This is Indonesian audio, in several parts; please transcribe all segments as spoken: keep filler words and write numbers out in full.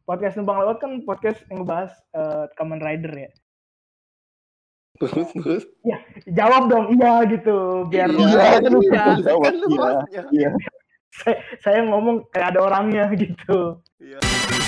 podcast numpang lewat kan podcast yang ngebahas uh, Kamen Rider ya. Terus terus. Ya, jawab dong iya gitu biar iya, kan iya, jawab kan lu iya. hostnya. Iya. saya, saya ngomong kayak ada orangnya gitu. Iya.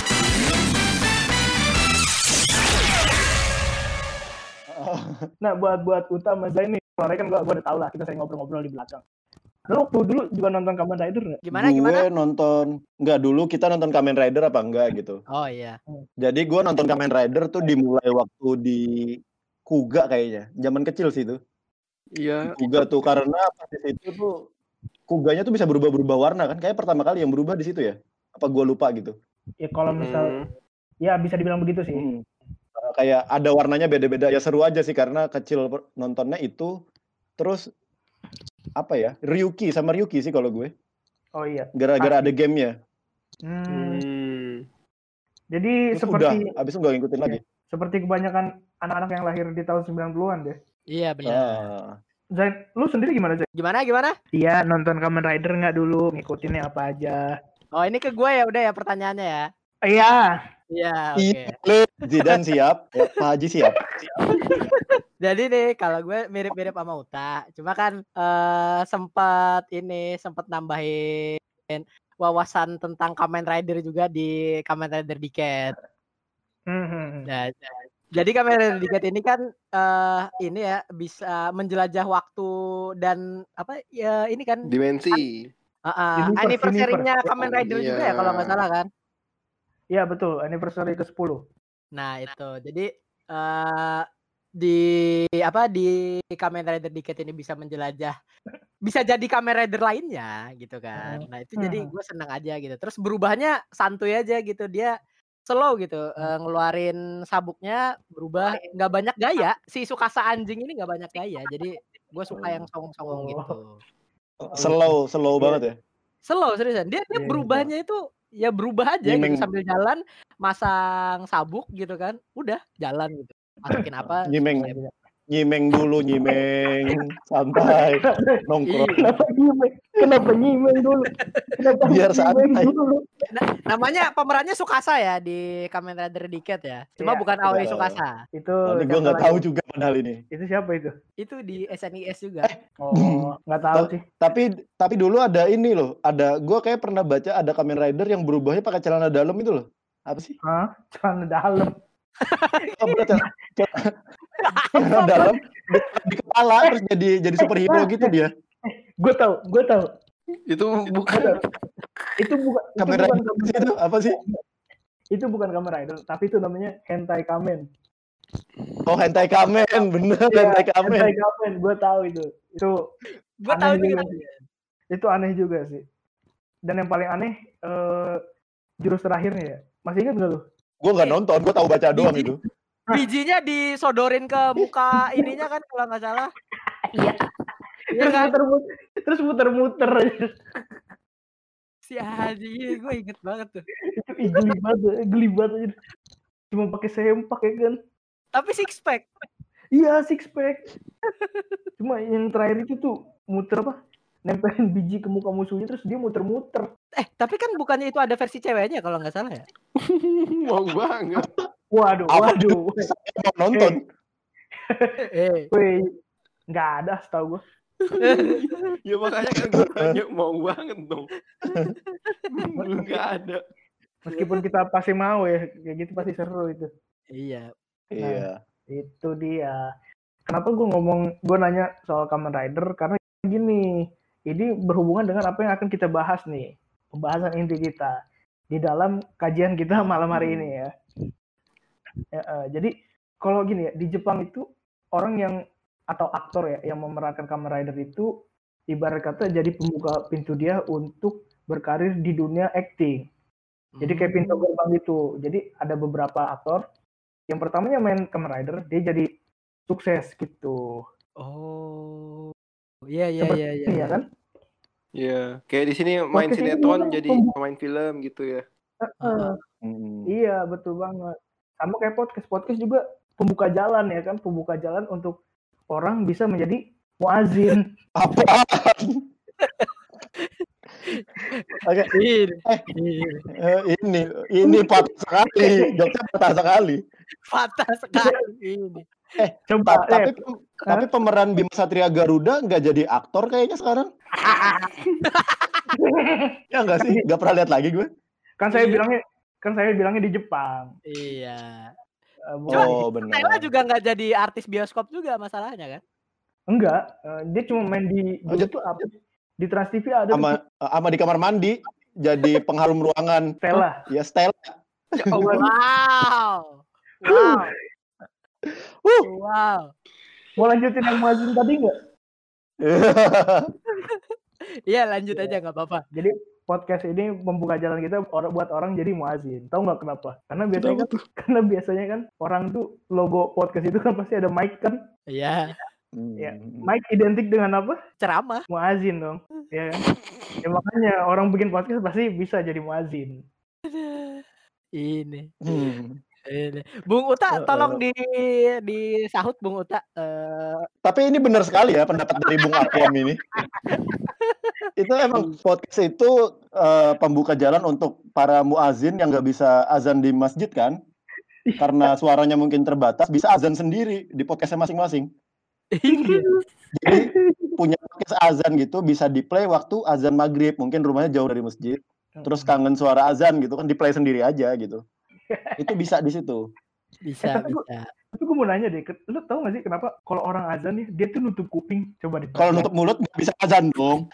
Nah buat buat Uta sama Zain nih, soalnya kan gue gue udah tau lah kita sering ngobrol-ngobrol di belakang. Lu waktu dulu juga nonton Kamen Rider nggak? Gimana gue gimana? nonton nggak dulu kita nonton Kamen Rider apa enggak gitu. Oh iya. Jadi gue nonton Kamen Rider tuh dimulai waktu di Kuga kayaknya, zaman kecil sih itu. Iya. Kuga tuh karena pas di situ tuh Kuganya tuh bisa berubah-berubah warna kan, kayak pertama kali yang berubah di situ ya. Apa gue lupa gitu. Ya kalau misal, Hmm. ya bisa dibilang begitu sih. Hmm. Uh, kayak ada warnanya beda-beda, ya seru aja sih karena kecil nontonnya itu. Terus apa ya, Ryuki sama Ryuki sih kalau gue. Oh iya. Gara-gara Pasti. ada gamenya. Hmm. Hmm. Jadi Terus seperti udah, abis itu gak ngikutin lagi. seperti kebanyakan anak-anak yang lahir di tahun sembilan puluhan deh. Iya benar. Ah. Zain, lu sendiri gimana Zain? Gimana gimana? Iya nonton Kamen Rider nggak dulu, ngikutinnya apa aja? Oh ini ke gue ya udah ya pertanyaannya ya. Iya. Iya oke. Iya, Zidan siap, ya, Pak Haji siap. Jadi nih kalau gue mirip-mirip sama Uta, cuma kan eh, sempat ini sempat nambahin wawasan tentang Kamen Rider juga di Kamen Rider Decade. Hmm. Nah, jadi Kamen Rider Decade ini kan eh, ini ya bisa menjelajah waktu dan apa ya ini kan Dimensi. uh, uh, Universe, anniversary-nya universe. Kamen Rider Iya. juga ya kalau nggak salah kan. Iya betul, anniversary ke sepuluh. Nah itu jadi eh di apa di Kamen Rider Decade ini bisa menjelajah bisa jadi Kamen Rider lainnya gitu kan. Nah itu jadi Hmm. gue senang aja gitu. Terus berubahnya santuy aja gitu, dia slow gitu eh, ngeluarin sabuknya berubah nggak banyak gaya. Si Tsukasa anjing ini nggak banyak gaya, jadi gue suka yang songong-songong Oh. gitu. Slow, slow banget ya. Slow seriusan, dia dia Iya, berubahnya itu ya berubah aja Nyimeng. gitu sambil jalan masang sabuk gitu kan, udah jalan gitu. Masukin apa? Nyimeng. selesai. Nyimeng dulu, nyimeng, santai, nongkrong. Iya. Kenapa nyimeng? Kenapa nyimeng dulu? Kenapa Biar nyimeng santai. dulu? Namanya pemerannya Tsukasa ya di Kamen Rider Decade ya. Cuma Iya, bukan Aoi betul. Tsukasa. Itu Ini gue siapa nggak lagi? tahu juga padahal ini. Itu siapa itu? Itu di S N I S juga. Oh, nggak tahu sih. Tapi tapi dulu ada ini loh, ada gue kayak pernah baca ada Kamen Rider yang berubahnya pakai celana dalam itu loh. Apa sih? Hah? Celana dalam. Oh, bener, celana, celana dalam di, di kepala terus jadi jadi superhero gitu dia. Gue tahu, gue tahu. Itu Gua bukan. tahu. Itu bukan itu Kamen bukan Rider Kamen itu apa sih? Itu bukan Kamen Rider, tapi itu namanya hentai kamen. Oh, hentai kamen, bener Iya, hentai kamen. hentai kamen, gue tahu itu. Itu Gue aneh tahu juga juga. sih. Itu aneh juga sih. Dan yang paling aneh eh, jurus terakhirnya ya. Masih ingat nggak lu? Gue nggak nonton, gue tahu baca doang Biji. itu. Bijinya disodorin ke muka ininya kan kalau nggak salah. Iya. Iya Terus kan? muter-muter, terus muter-muter. Si Haji, gue inget banget tuh. Itu ih, geli banget, geli banget aja. Cuma pakai sempak ya kan. Tapi six pack. Iya, six pack. Cuma yang terakhir itu tuh muter apa? Nempelin biji ke muka musuhnya terus dia muter-muter. Eh, tapi kan bukannya itu ada versi ceweknya kalau nggak salah ya? Mau banget. Waduh, Apa waduh. Saya mau nonton. Eh, Weh, nggak ada setahu gue. Ya makanya kan gue tanya mau banget dong. Nggak ada. Meskipun kita pasti mau ya, kayak gitu pasti seru itu. iya. Iya. Itu dia. Kenapa gue ngomong, gue nanya soal Kamen Rider karena gini, ini berhubungan dengan apa yang akan kita bahas nih, pembahasan inti kita di dalam kajian kita malam hari ini ya. Ya, uh, jadi kalau gini ya, di Jepang itu orang yang atau aktor ya yang memerankan Kamen Rider itu ibarat kata jadi pembuka pintu dia untuk berkarir di dunia acting. Jadi kayak pintu gerbang gitu. Jadi ada beberapa aktor yang pertamanya main Kamen Rider, dia jadi sukses gitu. Oh. Iya iya Seperti iya iya. ini ya kan? Iya, kayak di sini main Podcast ini sinetron memang jadi pembuka- pemain film gitu ya. Uh, Hmm. Iya, betul banget. Sama kayak podcast. Podcast juga pembuka jalan ya kan, pembuka jalan untuk orang bisa menjadi muazin. Apaan? Oke. Ini. Eh, Ini. eh, ini ini patah sekali, jokesnya patah sekali. Patah sekali ini. Eh, Coba, ta- tapi eh, pem- tapi pemeran Bima Satria Garuda nggak jadi aktor kayaknya sekarang. Ya nggak sih? Nggak pernah lihat lagi gue. kan saya Iya. bilangnya kan saya bilangnya di Jepang. Iya. Eh, bukan Oh Stella benar. juga nggak jadi artis bioskop juga masalahnya kan? enggak, eh, dia cuma main di Oh, dulu jadi- tuh apa? Di Trans T V ada tuh Sama sama di kamar mandi jadi pengharum ruangan. Stella. Ya Stella. Ya Allah. Wow. Wow. Uh. Wow. Mau lanjutin yang Muazin tadi nggak? Iya lanjut aja nggak apa-apa. Jadi podcast ini membuka jalan kita or- buat orang jadi muazin. Tahu nggak kenapa? Karena biasanya kan, karena biasanya kan orang tuh logo podcast itu kan pasti ada mic kan. Iya. Ya, mic identik dengan apa? Ceramah. Muazin dong. Ya kan? Ya makanya orang bikin podcast pasti bisa jadi muazin. Ini. Hmm. Ini. Bung Uta, Uh, tolong di disahut Bung Uta. Eh, Tapi ini benar sekali ya pendapat dari Bung Akom ini. Itu emang podcast itu uh, pembuka jalan untuk para muazin yang nggak bisa azan di masjid kan? Karena suaranya mungkin terbatas, bisa azan sendiri di podcastnya masing-masing. iya. Jadi punya podcast azan gitu bisa di play waktu azan maghrib, mungkin rumahnya jauh dari masjid. Terus kangen suara azan gitu kan di play sendiri aja gitu. Itu bisa di situ. Bisa, Eh, tapi gua- bisa. Tapi gue mau nanya deh, ke- lu tahu nggak sih kenapa kalau orang azan nih dia tuh nutup kuping? Coba di Kalau nutup mulut nggak bisa azan dong.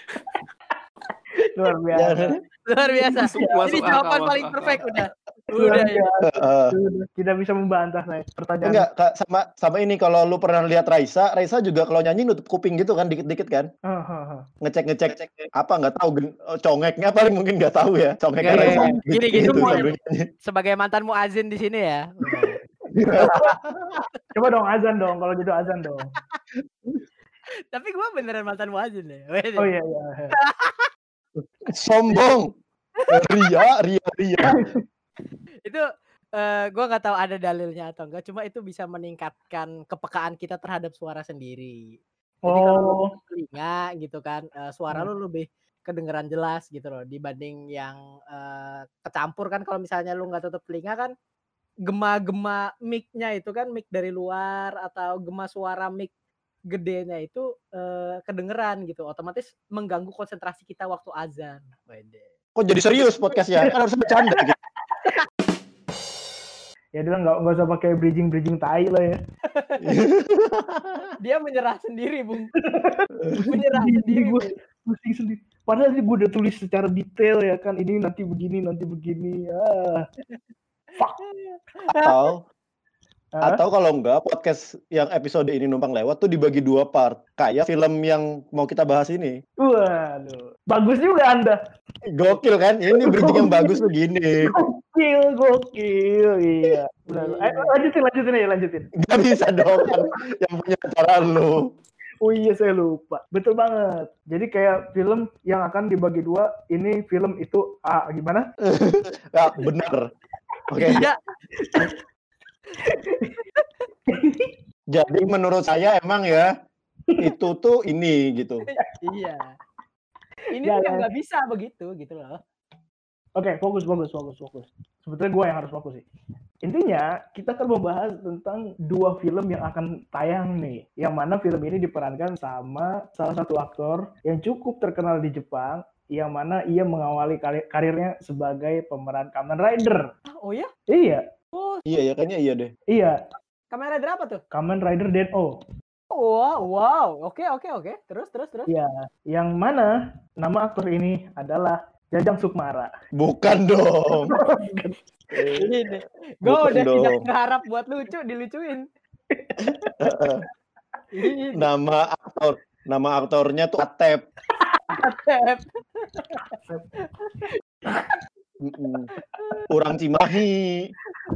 luar biasa. Ya, Luar biasa. Masuk- Ini masuk jawaban akal, paling masuk perfect akal. udah. Luar Udah ya. biasa. uh, Sudah. Tidak bisa membantah saya pertanyaan. enggak Kak, sama sama ini kalau lu pernah lihat Raisa, Raisa juga kalau nyanyi nutup kuping gitu kan dikit-dikit kan. Ah, ah, ah. Ngecek-ngecek apa nggak tahu gen- oh, congeknya paling mungkin nggak tahu ya. Congeknya Nggak, Raisa. nggak. Gini, gini, gitu, mau- sambil nyanyi. Sebagai mantan muazin di sini ya. Coba dong azan dong, kalau gitu azan dong. Tapi gue beneran mantan muazin deh. Wede. Oh iya iya. Sombong. Ria, Ria, Ria. Itu eh gue nggak tahu ada dalilnya atau enggak. Cuma itu bisa meningkatkan kepekaan kita terhadap suara sendiri. Jadi kalau lu Oh, nutup telinga gitu kan, eh, suara Hmm. lu lebih kedengeran jelas gitu loh dibanding yang eh, kecampur kan. Kalau misalnya lu nggak tutup telinga kan gema-gema mic-nya itu kan mic dari luar atau gema suara mic gedenya itu eh, kedengeran gitu, otomatis mengganggu konsentrasi kita waktu azan. Wede. Kok jadi serius podcastnya? Kan harusnya bercanda gitu. ya dia nggak nggak usah pakai bridging bridging tai lah ya. Dia menyerah sendiri, Bung. Menyerah Jadi sendiri. gue Bung. pusing sendiri. Padahal ini gue udah tulis secara detail ya kan, ini nanti begini nanti begini. Ah. Fuck. Atau Ah. atau kalau enggak podcast yang episode ini numpang lewat tuh dibagi dua part. Kayak film yang mau kita bahas ini. Waduh, bagus juga Anda. Gokil kan? Ini bridging yang bagus tuh gini. Gokil, gokil, iya. Benar. Eh, lanjutin, lanjutin ya, lanjutin. Gak bisa dong kan yang punya acara lu. Oh iya, saya lupa. Betul banget. Jadi kayak film yang akan dibagi dua, ini film itu A, gimana? Ya, bener. Oke. Iya. Jadi menurut saya emang ya itu tuh ini gitu. Iya. Ini Ya, tuh yang ya. nggak bisa begitu gitu loh. Oke, fokus, fokus, fokus, fokus. Sebetulnya gue yang harus fokus sih. Intinya, kita akan membahas tentang dua film yang akan tayang nih. Yang mana film ini diperankan sama salah satu aktor yang cukup terkenal di Jepang, yang mana ia mengawali kari- karirnya sebagai pemeran Kamen Rider. Ah, oh ya? Iya, Oh, Iya ya kayaknya iya deh. iya. kamera berapa tuh? Kamen Rider Den-O. Wow, wow. Oke, oke, oke. Terus, terus, terus. Iya, yang mana nama aktor ini adalah Jajang Sukmara. Bukan dong. Ini deh. Gue Bukan udah tidak dong. berharap buat lucu, dilucuin. Ini Nama aktor, nama aktornya tuh Atep. Tep. Mm-mm. Orang Cimahi.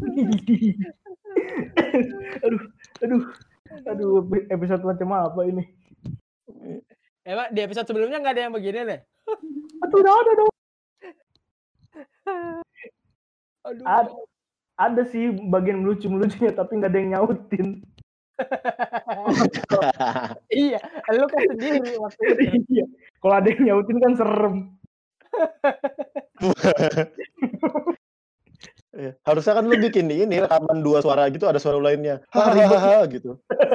aduh, aduh, aduh, episode macam apa ini? Emang di episode sebelumnya nggak ada yang begini deh. Aduh, udah ada dong. Aduh. Ada, ada sih bagian melucu-melucunya, tapi nggak ada yang nyautin. Iya, lu kan sendiri waktu itu. Iya, kalau ada yang nyautin kan serem. Iya, harusnya kan lu bikin ini rekaman dua suara gitu, ada suara lainnya. Hahaha gitu.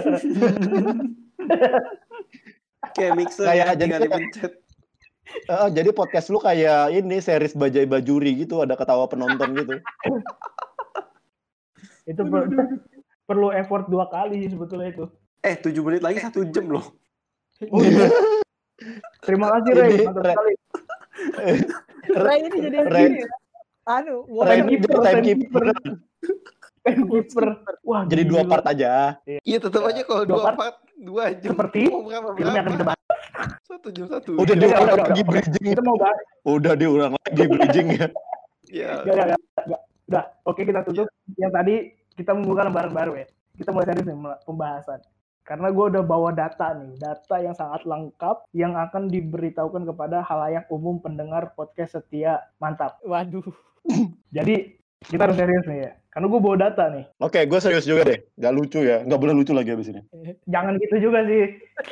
Kayak mixer Kayak ya, jadi tinggal kayak- dipencet. Eh, jadi podcast lu kayak ini series Bajai Bajuri gitu, ada ketawa penonton gitu. Itu perlu, perlu effort dua kali sih sebetulnya itu. Eh, tujuh menit lagi satu jam loh. Oh, iya. Terima kasih Ray, Ini, mantap Ray. sekali. Ray ini jadi Ray. ini ya. Anu, Ray Time ini keeper, jadi time time keeper. Keeper. Wah, Jadi dua gila. part aja. Iya, tetap aja kalau Dua dua part. part, dua jam. Seperti mau berapa Filmnya akan kita berapa? bahas. Satu jam satu. Udah jam. diulang udah, lagi udah. bridging. Kita mau bahas. Udah diulang lagi bridging ya. Iya. Gak, gak, gak, gak. Udah, oke kita tutup. Yang tadi kita membuka lembaran baru ya. Kita mulai serius nih mulai pembahasan. Karena gue udah bawa data nih, data yang sangat lengkap yang akan diberitahukan kepada halayak umum pendengar podcast setia mantap. Waduh. Jadi kita harus serius nih ya. Karena gue bawa data nih. Oke, gue serius juga deh. Gak lucu ya. Gak boleh lucu lagi abis ini. Jangan gitu juga sih.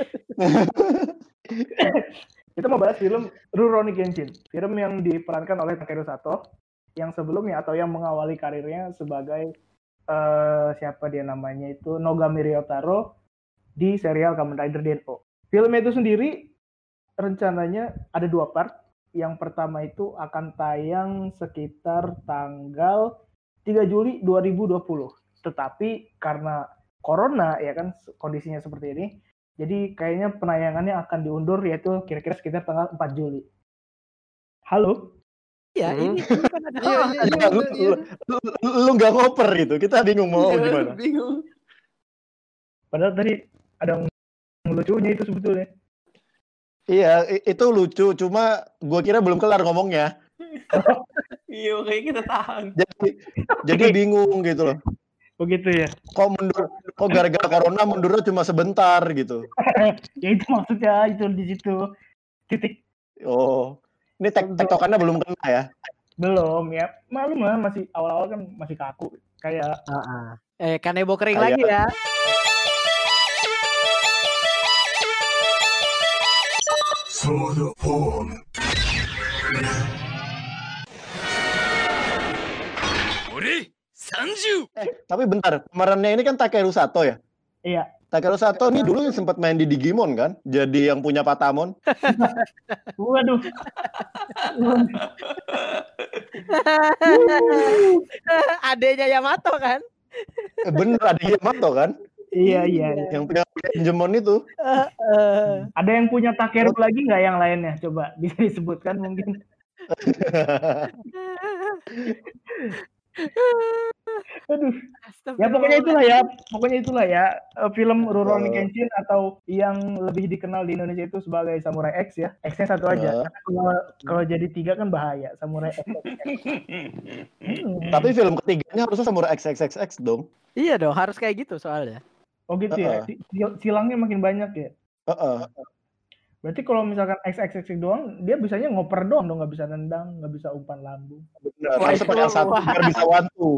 Kita mau bahas film Rurouni Kenshin. Film yang diperankan oleh Takeru Sato. Yang sebelumnya atau yang mengawali karirnya sebagai uh, siapa dia namanya itu Nogami Ryotaro di serial Kamen Rider D N O. Film itu sendiri rencananya ada dua part. Yang pertama itu akan tayang sekitar tanggal tiga Juli dua ribu dua puluh. Tetapi karena corona ya kan kondisinya seperti ini, jadi kayaknya penayangannya akan diundur yaitu kira-kira sekitar tanggal empat Juli. Halo? Ya, Hmm. ini, ini kan ada Iya, iya, Ya, lu, iya. lu, lu, lu gak ngoper gitu. Kita bingung mau Iya, gimana. bingung. Padahal tadi ada yang lucunya itu sebetulnya. Iya, i- itu lucu. Cuma gue kira belum kelar ngomongnya. Iya, kayak kita tahan. Jadi jadi bingung gitu loh. Begitu ya. Kok mundur? Kok gara-gara corona mundurnya cuma sebentar gitu. Ya itu maksudnya itu di situ. Titik. Oh, ini tek tektokannya belum kena ya? Belum ya. Malu mah masih awal-awal kan masih kaku. Kayak Heeh. Eh, kanebo kering Kayak- lagi ya. Eh, tapi bentar, pemerannya ini kan Takeru Sato ya? iya. Takeru Sato ini dulu sempat main di Digimon kan? Jadi yang punya Patamon. Waduh. Adenya Yamato kan? Eh, bener, ada Yamato kan? Iya, iya. iya. Yang punya Digimon itu. Eh, Ada yang punya Takeru lagi nggak yang lainnya? Coba bisa disebutkan mungkin. Aduh. Ya pokoknya itulah ya, pokoknya itulah ya eh, film Rurouni Kenshin atau yang lebih dikenal di Indonesia itu sebagai Samurai X ya. X-nya satu aja. Eh. Kalau kalau jadi tiga kan bahaya Samurai X. Hmm. Tapi film ketiganya harusnya Samurai X X X X dong. Iya dong, harus kayak gitu soalnya. Oh gitu ya. Uh-uh. Si- sil- Silangnya makin banyak ya. Heeh. Berarti kalau misalkan X X X doang, dia bisanya ngoper doang dong, nggak bisa nendang, nggak bisa umpan lambung. Benar. Wah, Harusnya pakai itu- satu biar bisa one two.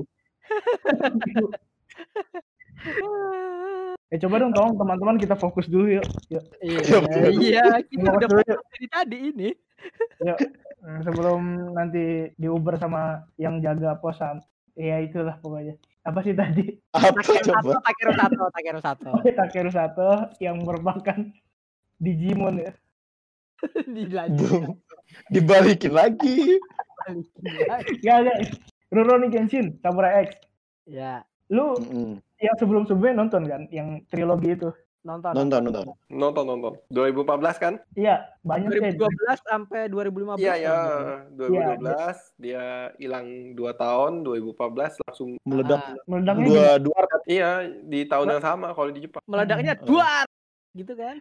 Eh coba dong tolong teman-teman kita fokus dulu yuk. Yuk. Iya, bener. iya, kita Fokus udah dulu yuk. fokus dari tadi ini. Yuk. Eh, Sebelum nanti diuber sama yang jaga pos sam- ya itulah pokoknya. Apa sih tadi? Apa Takeru coba? Sato, Takeru Sato, Takeru Sato. Takeru Sato yang merupakan Digimon ya. Dilanjut. Dibalikin lagi. Ya ya. Rurouni Kenshin, Samurai X. Ya, Lu Mm-mm. yang sebelum-sebelumnya nonton kan yang trilogi itu? nonton. Nonton, nonton. Nonton, nonton. dua ribu empat belas kan? Iya, banyak dua ribu ya. dua belas sampai dua ribu lima belas. Iya, ya. dua ribu dua Iya, belas dia hilang dua tahun, dua ribu empat belas langsung. Meledak Meledaknya dua dua Iya, di tahun yang sama kalau di Jepang. Meledaknya Hmm. duar. Gitu kan?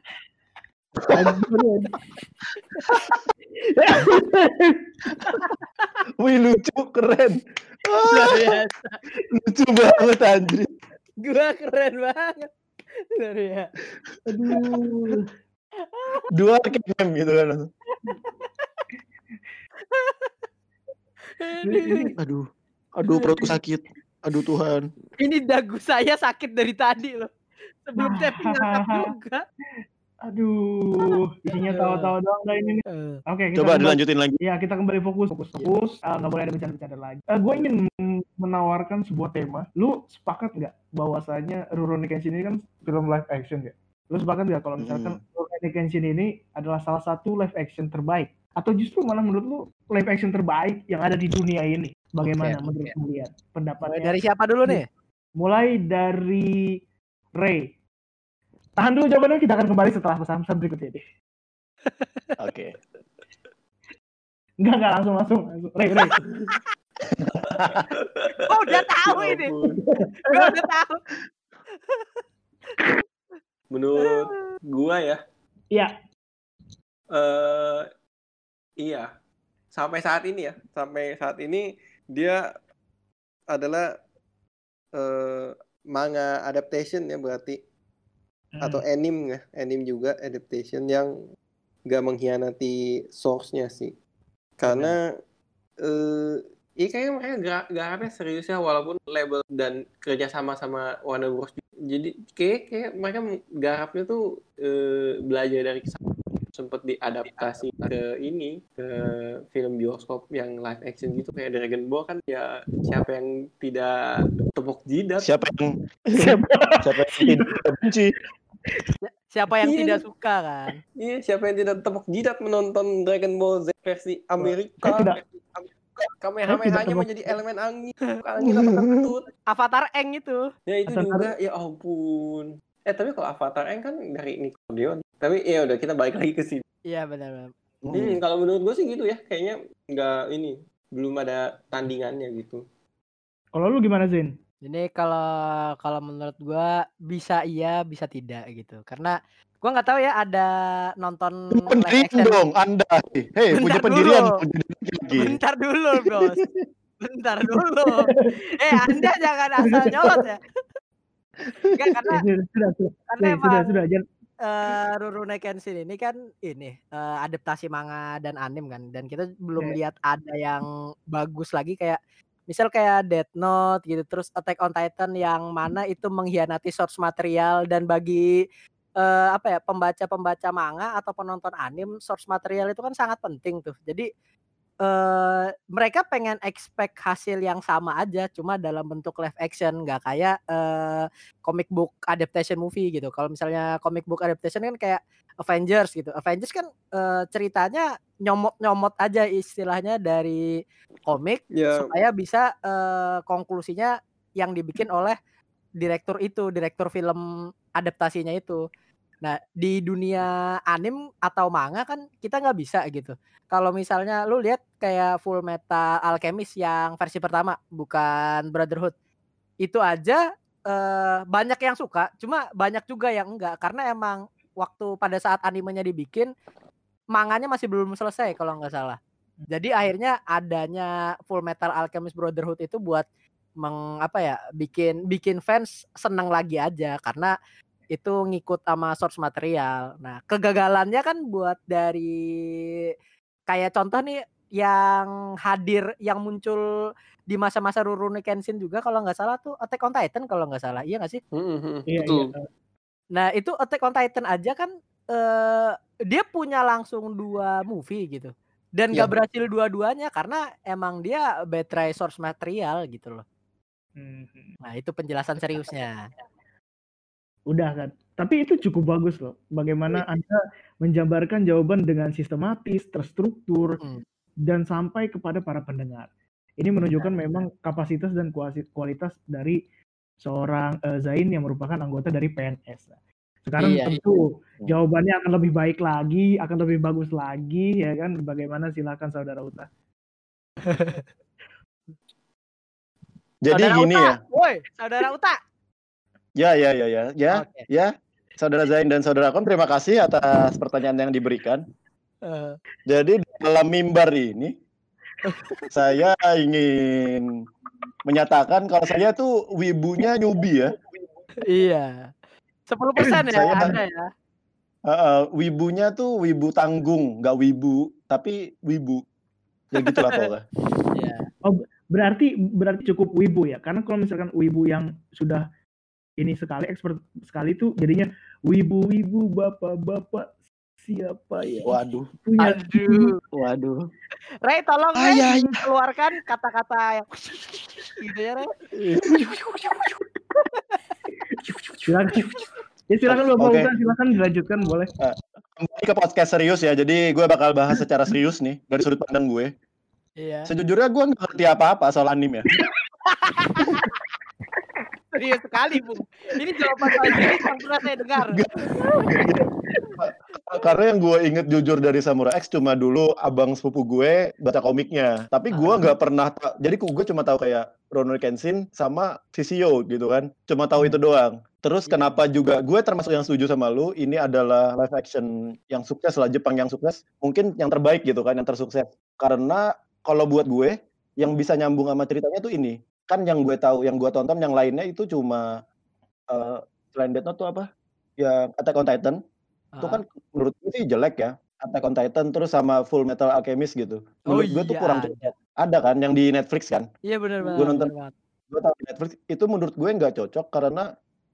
Wih lucu, keren. Luar Ah, biasa. lucu banget anjir. Gua keren banget. Luar biasa. Aduh. Dua game gitu kan. Ini, Aduh. Aduh perutku sakit. Aduh Tuhan. ini dagu saya sakit dari tadi loh. Sebelum tapping rekam juga. Aduh, isinya tawa-tawa doang dah ini nih. Eh, Oke, kita Coba kembali. dilanjutin lagi. Ya, kita kembali fokus, fokus, fokus. Ah, nggak boleh ada bercanda-bercanda lagi. Eh, gue ingin menawarkan sebuah tema. Lu sepakat nggak bahwasanya Rurouni Kenshin ini kan film live action ya? Lu sepakat nggak kalau misalkan Hmm. Rurouni Kenshin ini adalah salah satu live action terbaik? Atau justru malah menurut lu live action terbaik yang ada di dunia ini? Bagaimana Oke, menurut oke. kalian Mulai pendapatnya? dari siapa dulu nih? Mulai dari Ray. Tahan dulu jawabannya, kita akan kembali setelah pesan-pesan berikut ini. Oke. Enggak, enggak, langsung, langsung. langsung. Ray, Ray. Gua udah tahu Ya ini. ampun. Gua udah tahu. Menurut gua ya, Iya, eh iya. Sampai saat ini ya, sampai saat ini dia adalah eh, manga adaptation ya berarti, atau Hmm. anime ya, anime juga adaptation yang gak mengkhianati source-nya sih. Karena eh iya kayaknya mereka gar- garapnya serius ya, walaupun label dan kerja sama sama Warner Bros. Jadi kayak kayak mereka garapnya tuh eh, belajar dari sempat diadaptasi ke ini, ke film bioskop yang live action gitu kayak Dragon Ball kan ya, siapa yang tidak tepuk jidat. Siapa yang Siapa? siapa yang tidak benci? Siapa yang Iya. tidak suka kan? Iya, siapa yang tidak tepuk jidat menonton Dragon Ball Z versi Saya Amerika? tidak, Kamehameha-nya tepuk- menjadi elemen angin, angin apa kentut. Avatar Eng itu. Ya itu Avatar- juga, ya ampun. Eh tapi kalau Avatar Eng kan dari Nickelodeon. Tapi ya udah, kita balik lagi ke sini. Iya benar. Hmm, kalau menurut gue sih gitu ya, kayaknya nggak ini, belum ada tandingannya gitu. kalau lu gimana, Zin? Ini kalau kalau menurut gua bisa iya, bisa tidak gitu. Karena gua nggak tahu ya ada nonton live Pendirian action. dong Anda. Hei, punya Bentar pendirian dulu. pendirian lagi. Bentar dulu, Bos. Bentar dulu. Eh, Anda jangan asal nyolot ya. Enggak, karena Eh, sudah, sudah, sudah. karena Eh, emang sudah, sudah. Jangan, eh, Rurouni Kenshin ini kan ini eh, adaptasi manga dan anime kan, dan kita belum Iya. lihat ada yang bagus lagi kayak misal kayak Death Note gitu, terus Attack on Titan yang mana itu mengkhianati source material, dan bagi eh, apa ya, pembaca-pembaca manga atau penonton anime, source material itu kan sangat penting tuh. Jadi eh mereka pengen expect hasil yang sama aja, cuma dalam bentuk live action, nggak kayak eh, comic book adaptation movie gitu. Kalau misalnya comic book adaptation kan kayak Avengers gitu. Avengers kan eh, ceritanya nyomot-nyomot aja istilahnya dari komik Ya, supaya bisa eh, konklusinya yang dibikin oleh direktur itu, direktur film adaptasinya itu. Nah, di dunia anime atau manga kan kita nggak bisa gitu. Kalau misalnya lu lihat kayak Full Metal Alchemist yang versi pertama, bukan Brotherhood, itu aja eh, banyak yang suka, cuma banyak juga yang enggak, karena emang waktu pada saat animenya dibikin, manganya masih belum selesai kalau nggak salah. Jadi akhirnya adanya Full Metal Alchemist Brotherhood itu buat meng apa ya, bikin bikin fans seneng lagi aja karena itu ngikut sama source material. Nah, kegagalannya kan buat dari kayak contoh nih yang hadir yang muncul di masa-masa Rurouni Kenshin juga kalau nggak salah tuh Attack on Titan kalau nggak salah. Iya nggak sih? hmm, hmm, hmm, Iya, betul. iya. Nah, itu Attack on Titan aja kan eh, dia punya langsung dua movie gitu. Dan Iya. gak berhasil dua-duanya karena emang dia betray source material gitu loh. Hmm. Nah, itu penjelasan seriusnya. Udah kan. Tapi itu cukup bagus loh. Bagaimana Anda menjabarkan jawaban dengan sistematis, terstruktur, Hmm. dan sampai kepada para pendengar. Ini menunjukkan memang kapasitas dan kuasi- kualitas dari seorang eh, Zain yang merupakan anggota dari P N S. Sekarang Iya. tentu jawabannya akan lebih baik lagi, akan lebih bagus lagi, ya kan? Bagaimana, silakan Saudara Uta. Jadi Saudara gini Uta, ya. woi, Saudara Uta. Ya, ya, ya, ya, ya, Oke. ya. Saudara Zain dan Saudara Kon, terima kasih atas pertanyaan yang diberikan. Eh, Jadi dalam mimbar ini, saya ingin menyatakan kalau saya tuh wibunya newbie ya. iya. sepuluh persen ya Saya- Anda ya. Uh, uh, wibunya tuh wibu tanggung, nggak wibu, tapi wibu. Ya gitulah pokoknya. Iya. Berarti berarti cukup wibu ya. Karena kalau misalkan wibu yang sudah ini sekali, expert sekali tuh jadinya wibu-wibu, bapak-bapak siapa ya Waduh, punya Aduh. waduh. Ray, tolong Ay, Ray ay. keluarkan kata-kata yang gitu ya, Ray. silakan ya silakan Bapak Oke. Uta, silakan dilanjutkan boleh. Kembali ke podcast serius ya. Jadi gue bakal bahas secara serius nih dari sudut pandang gue. Iya. Sejujurnya gue nggak ngerti apa-apa soal anime ya. Serius sekali, Bung. Ini jawaban paling serius yang pernah saya dengar. Karena yang gue inget jujur dari Samurai X cuma dulu abang sepupu gue baca komiknya. Tapi gue nggak pernah, ta- jadi gue cuma tahu kayak Rurouni Kenshin sama Shishio gitu kan. Cuma tahu itu doang. Terus Iya. kenapa juga gue termasuk yang setuju sama lu, ini adalah live action yang sukses lah, Jepang yang sukses, mungkin yang terbaik gitu kan, yang tersukses. Karena kalau buat gue, yang bisa nyambung sama ceritanya tuh ini. Kan yang gue tahu, yang gue tonton, yang lainnya itu cuma uh, selain Death Note tuh apa? Ya Attack on Titan. Itu kan menurut gue sih jelek ya. Attack on Titan terus sama Full Metal Alchemist gitu. Oh Menurut gue tuh iya, kurang ada. cocok. Ada kan yang di Netflix kan? Iya benar banget. Gue nonton, benar banget. gue tahu di Netflix itu menurut gue nggak cocok karena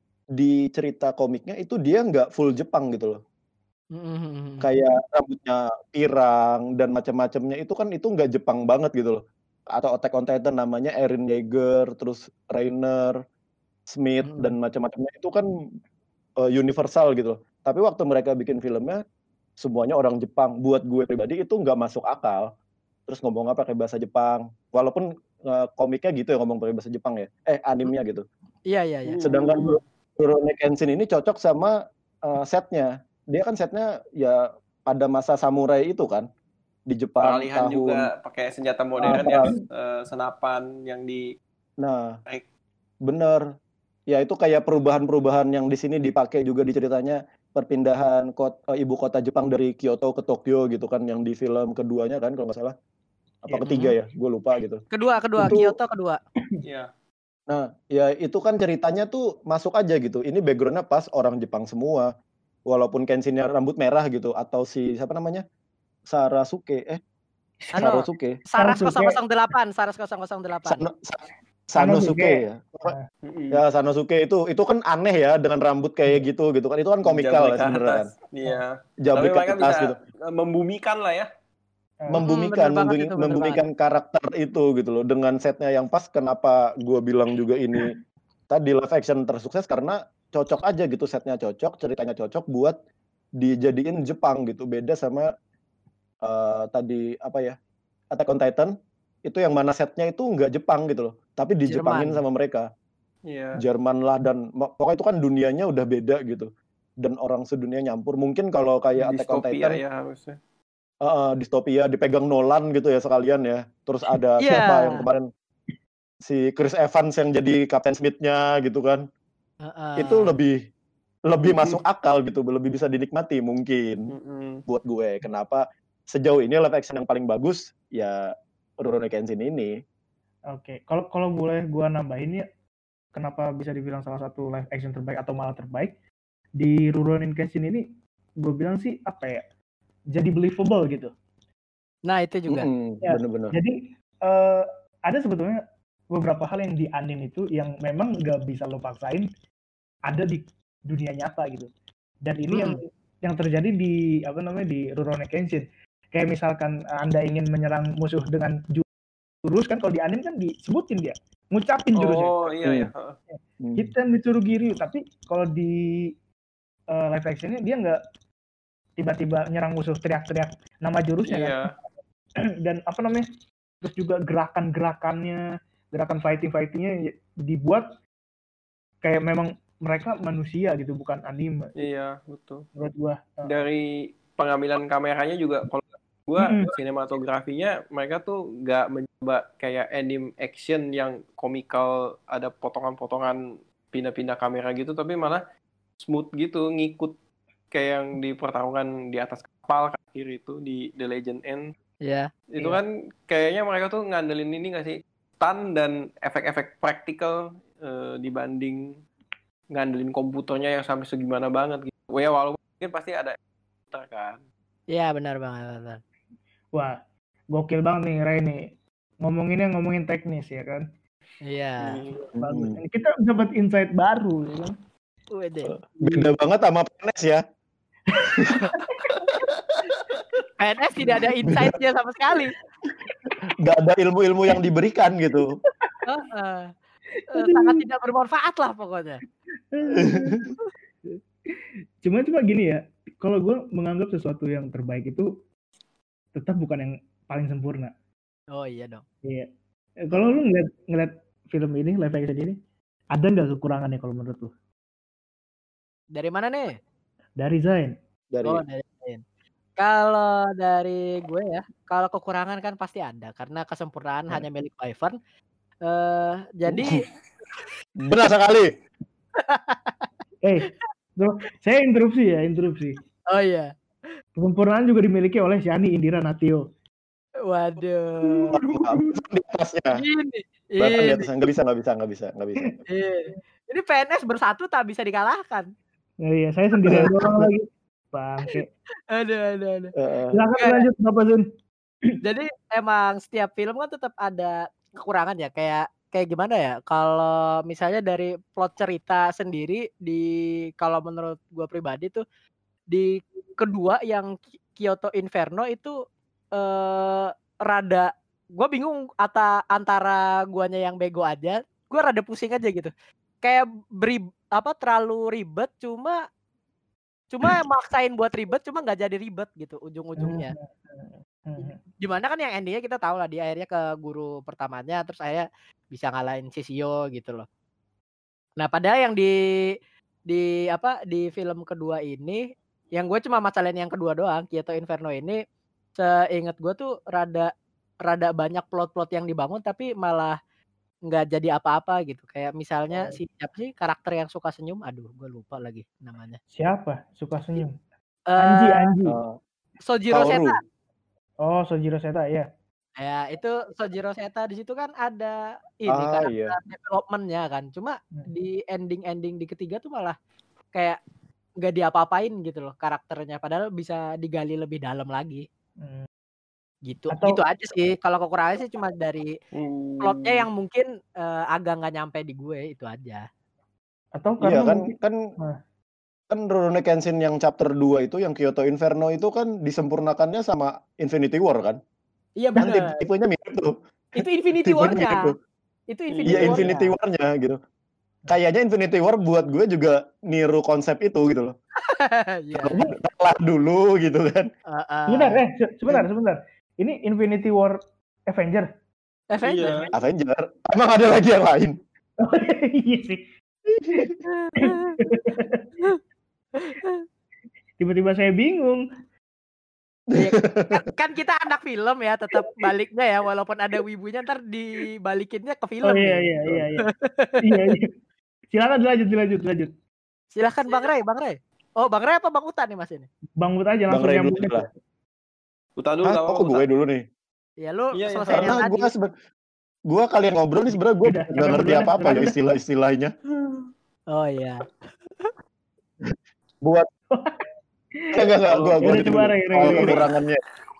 di cerita komiknya itu dia nggak full Jepang gitu loh. Mm-mm. Kayak rambutnya pirang dan macam-macamnya itu kan itu nggak Jepang banget gitu loh. Atau Attack on Titan namanya Eren Yeager, terus Rainer, Smith Mm-mm. dan macam-macamnya itu kan uh, universal gitu loh. Tapi waktu mereka bikin filmnya semuanya orang Jepang. Buat gue pribadi itu nggak masuk akal. Terus ngomong apa pakai bahasa Jepang. Walaupun uh, komiknya gitu ya ngomong pakai bahasa Jepang ya. Eh animenya gitu. Iya iya iya. Sedangkan Rurouni Kenshin ini cocok sama uh, setnya. Dia kan setnya ya pada masa samurai itu kan di Jepang Peralihan tahun. juga pakai senjata modern Ah, ya, peralihan. eh, senapan yang di Nah, Baik. bener. Ya itu kayak perubahan-perubahan yang di sini dipakai juga di ceritanya, perpindahan kota, ibu kota Jepang dari Kyoto ke Tokyo gitu kan, yang di film keduanya kan kalau nggak salah. Apa Iya. ketiga ya? Gue lupa gitu. Kedua kedua Itu- Kyoto kedua. ya Nah, ya itu kan ceritanya tuh masuk aja gitu. Ini backgroundnya pas orang Jepang semua. Walaupun Kenshinnya rambut merah gitu. Atau si, siapa namanya? Sarasuke. Eh, Ano, Sarasuke. Saras Sanosuke. nol nol delapan, Saras nol nol delapan. Sano, Sa- Sanosuke ya. Mm-mm. Ya Sanosuke itu itu kan aneh ya dengan rambut kayak gitu gitu kan. Itu kan komikal Jablek ya ke sebenarnya kan. atas. Iya. Tapi Jablek ke mereka atas bisa gitu. membumikan lah ya. Membumikan, bener banget membumi- itu, bener membumikan karakter itu gitu loh. Dengan setnya yang pas, kenapa gue bilang juga ini tadi live action tersukses karena cocok aja gitu, setnya cocok, ceritanya cocok buat dijadiin Jepang gitu. Beda sama eh, tadi apa ya, Attack on Titan itu yang mana setnya itu nggak Jepang gitu loh, tapi dijepangin Jerman. sama mereka. Iya. Jerman lah, dan mo- pokoknya itu kan dunianya udah beda gitu, dan orang sedunia nyampur. Mungkin kalau kayak Attack on Distopia Titan ya harusnya. uh, distopia dipegang Nolan gitu ya sekalian ya, terus ada Iya. siapa yang kemarin si Chris Evans yang jadi Captain Smith-nya gitu kan, Heeh. itu lebih lebih masuk akal gitu, lebih bisa dinikmati mungkin Mm-mm. buat gue. Kenapa sejauh ini live action yang paling bagus ya Rurouni Kenshin ini. Oke, kalau kalau boleh gua nambahin ya, kenapa bisa dibilang salah satu live action terbaik atau malah terbaik di Rurouni Kenshin ini, gue bilang sih apa ya, jadi believable gitu. Nah, itu juga. Mm-mm, Ya, bener-bener. Jadi eh, ada sebetulnya beberapa hal yang di anime itu yang memang nggak bisa lo paksain ada di dunia nyata gitu. Dan ini yang yang terjadi di apa namanya di Rurouni Kenshin. Kayak misalkan Anda ingin menyerang musuh dengan jurus kan, kalau di anime kan disebutin dia, ngucapin jurusnya. Oh iya ya. Hmm. Hitan Mitsurugiri, tapi kalau di uh, live actionnya dia nggak tiba-tiba nyerang musuh teriak-teriak nama jurusnya Iya. kan. Dan apa namanya, terus juga gerakan-gerakannya, gerakan fighting-fightingnya dibuat kayak memang mereka manusia gitu, bukan anime Iya, betul. menurut gua. Uh, Dari pengambilan kameranya juga kalau gua Mm-mm. sinematografinya mereka tuh nggak mencoba kayak anime action yang komikal, ada potongan-potongan pindah-pindah kamera gitu, tapi malah smooth gitu, ngikut kayak yang di pertarungan di atas kapal akhir itu di The Legend End. Iya. Itu Iya. kan kayaknya mereka tuh ngandelin ini nggak sih, stun dan efek-efek praktikal eh, dibanding ngandelin komputernya yang sampai segimana banget gitu. Ya walaupun mungkin pasti ada komputer kan. Iya, benar banget, benar. Wah, gokil banget nih Ray nih. Ngomonginnya ngomongin teknis ya kan. Iya. Bagus. Hmm. Ini kita dapat insight baru ya kan. Wede. Beda banget sama P N S ya. P N S tidak ada insight-nya sama sekali. Gak ada ilmu-ilmu yang diberikan gitu. Heeh. Eh, sangat tidak bermanfaat lah pokoknya. Cuma cuma gini ya, kalau gue menganggap sesuatu yang terbaik itu tetap bukan yang paling sempurna. Oh iya dong. Iya. Eh, Kalau lu ngeliat ngeliat film ini, live action ini, ada nggak kekurangannya kalau menurut lu? Dari mana nih? Dari Zain. Dari Oh dari lain. Kalau dari gue ya, kalau kekurangan kan pasti ada karena kesempurnaan Hmm. hanya milik Wyvern. Eh jadi benar sekali. Eh, so, saya interupsi ya, interupsi. oh iya. Kesempurnaan juga dimiliki oleh Shani Indira Natio. Waduh. Di atasnya. Ini. Bahkan di Ini. atasnya nggak bisa, nggak bisa, nggak bisa, nggak bisa. ini. Ini P N S bersatu tak bisa dikalahkan. Nah, iya, saya sendirian doang lagi. Bangke. Aduh, aduh, aduh. Uh, Silakan Kayak- lanjut Bapak Zun. Jadi emang setiap film kan tetap ada kekurangan ya. Kayak kayak gimana ya? Kalau misalnya dari plot cerita sendiri di kalau menurut gue pribadi tuh di kedua yang Ki- Kyoto Inferno itu eh rada gue bingung ata, antara guanya yang bego aja, gue rada pusing aja gitu. Kayak beri apa terlalu ribet cuma cuma maksain buat ribet cuma nggak jadi ribet gitu ujung-ujungnya. Hmm. Dimana kan yang endingnya kita tahu lah dia akhirnya ke guru pertamanya terus akhirnya bisa ngalahin Shishio gitu loh. Nah padahal yang di di apa di film kedua ini yang gue cuma masalahin yang kedua doang Kyoto Inferno ini seingat gue tuh rada rada banyak plot-plot yang dibangun tapi malah nggak jadi apa-apa gitu kayak misalnya Oh. si siapa sih karakter yang suka senyum aduh gue lupa lagi namanya Siapa suka senyum? Eh, Anji, Anji. uh, Sojiro Kaoru. Seta. Oh, Sojiro Seta, ya. Ya, itu Sojiro Seta di situ kan ada ini Ah, karakter iya. development-nya kan. Cuma Hmm. di ending-ending di ketiga tuh malah kayak nggak diapa-apain gitu loh karakternya. Padahal bisa digali lebih dalam lagi. Hmm. Gitu. Atau- Gitu aja sih. Kalau kekurangannya sih cuma dari Hmm. plotnya yang mungkin eh, agak nggak nyampe di gue itu aja. Atau Iya karena kan, mungkin kan Nah. kan Rurouni Kenshin yang chapter dua itu yang Kyoto Inferno itu kan disempurnakannya sama Infinity War kan? Iya Kan benar. tipe- tipenya mirip tuh. Itu Infinity Tipenya mirip War-nya. tuh. Itu Iya, Infinity Iya, War-nya. Infinity War-nya gitu. Kayaknya Infinity War buat gue juga niru konsep itu gitu loh. Iya. Telah dulu gitu kan. Heeh. sebentar, eh, se- sebentar, sebentar. Ini Infinity War Avenger. Avenger. Iya. Avenger. Emang ada lagi yang lain? Oh, iya sih. Tiba-tiba saya bingung. Iya, kan, kan kita anak film ya tetap baliknya ya walaupun ada wibunya ntar dibalikinnya ke film Oh iya, nih. iya, iya, iya. Iya, iya. Silakan dilanjut, dilanjut, lanjut. Silahkan Bang Ray, Bang Ray. Oh Bang Ray apa Bang Uta nih mas ini? Bang Mut aja Bang langsung Ray nyambung dulu aja. lah. Uta dulu Hah, gak kok apa-apa. gue dulu nih? Ya lu Iya, iya, selesai yang Karena tadi. gue seben gue kalian ngobrol nih sebenarnya gue Udah, nggak siapa ngerti duluan? apa-apa ya Silakan. istilah-istilahnya. Oh iya. Buat Enggak, enggak, enggak, gue Ya gue udah, coba, Ray, Ray, soal Ray. kekurangannya.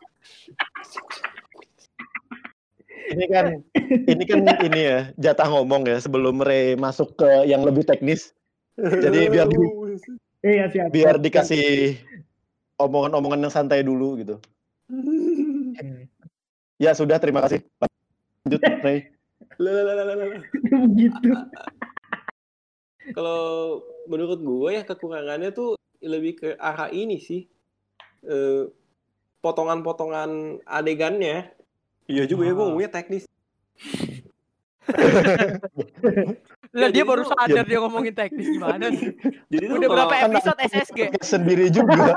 Ini kan ini kan ini ya jatah ngomong ya sebelum Ray masuk ke yang lebih teknis. Jadi biar di, Iya, siap. biar siap, dikasih omongan-omongan yang santai dulu gitu. siap. Ya sudah, terima kasih. Lanjut Ray. Lalalala. Begitu. Kalau menurut gue ya kekurangannya tuh lebih ke arah ini sih. Eh, potongan-potongan adegannya. Iya juga ya, gue Ah. ngomongnya teknis. Lah Ya, dia jadi baru tuh- sadar dia ngomongin teknis gimana sih? Jadi tuh Udah kalau- berapa kan episode S S G? podcast sendiri juga.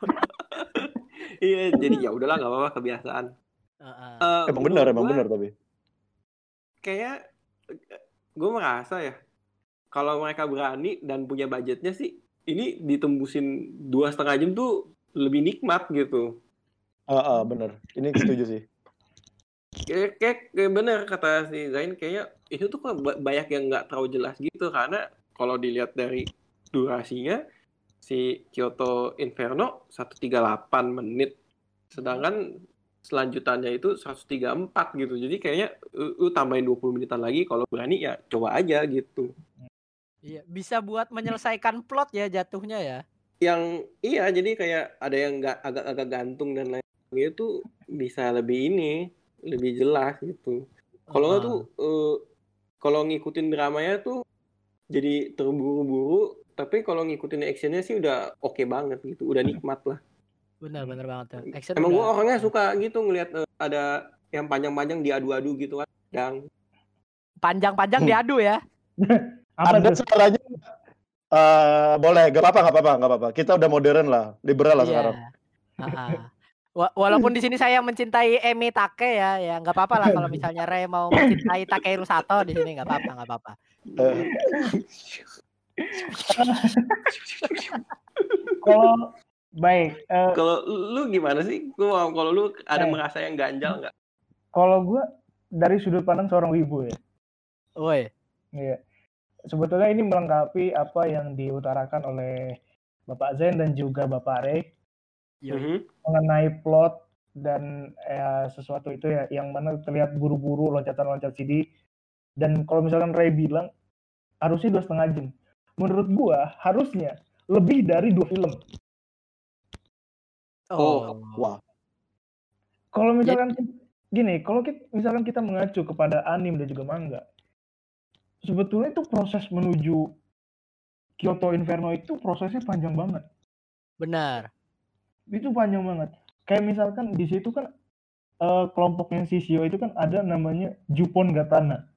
Iya, jadi ya udahlah nggak apa-apa kebiasaan. Heeh. Eh, Emang benar, menurut emang gua benar tapi. Kayak gue merasa ya, kalau mereka berani dan punya budgetnya sih, ini ditembusin dua setengah jam tuh lebih nikmat gitu. Ah, ah, benar. Ini setuju sih. Kayak, kayak, kayak bener kata si Zain, kayaknya itu tuh kok ba- banyak yang nggak terlalu jelas gitu, karena kalau dilihat dari durasinya, si Kyoto Inferno seratus tiga puluh delapan menit, sedangkan selanjutannya itu seratus tiga puluh empat gitu. Jadi kayaknya lu tambahin dua puluh menitan lagi, kalau berani ya coba aja gitu. Iya, bisa buat menyelesaikan plot ya jatuhnya ya. Yang iya, jadi kayak ada yang nggak agak-agak gantung dan lain-lain itu bisa lebih ini, lebih jelas gitu. Kalau nggak tuh uh, kalau ngikutin dramanya tuh jadi terburu-buru, tapi kalau ngikutin actionnya sih udah oke okay banget gitu, udah nikmat lah. Benar benar banget tuh. Action Emang udah... gue orangnya suka gitu ngelihat uh, ada yang panjang-panjang diadu-adu gitu kan. Yang panjang-panjang diadu ya. Apa Anda tuh? suaranya uh, boleh, gak apa-apa, gak apa-apa, gak apa-apa. Kita udah modern lah, liberal lah Iya. sekarang. Uh-uh. Walaupun di sini saya mencintai Emi Take ya, ya nggak apa-apa lah kalau misalnya Rey mau mencintai Takeru Sato di sini nggak apa-apa, nggak apa-apa. Uh, Kalau baik, uh, kalau lu gimana sih? Gua kalau lu ada Eh. merasa yang ganjal nggak? kalau gue dari sudut pandang seorang wibu ya, Woi, iya. Sebetulnya ini melengkapi apa yang diutarakan oleh Bapak Zen dan juga Bapak Rey yoi. Mhm. mengenai plot dan eh, sesuatu itu ya yang mana terlihat buru-buru loncatan-loncat C D. Dan kalau misalkan Ray bilang harusnya dua setengah jam, menurut gua harusnya lebih dari dua film. Oh, wah. Kalau misalkan gini, kalau kita, misalkan kita mengacu kepada anime dan juga manga, sebetulnya itu proses menuju Kyoto Inferno itu prosesnya panjang banget. Benar. Itu panjang banget. Kayak misalkan di situ kan uh, kelompoknya si Shio itu kan ada namanya Jupon Gatana.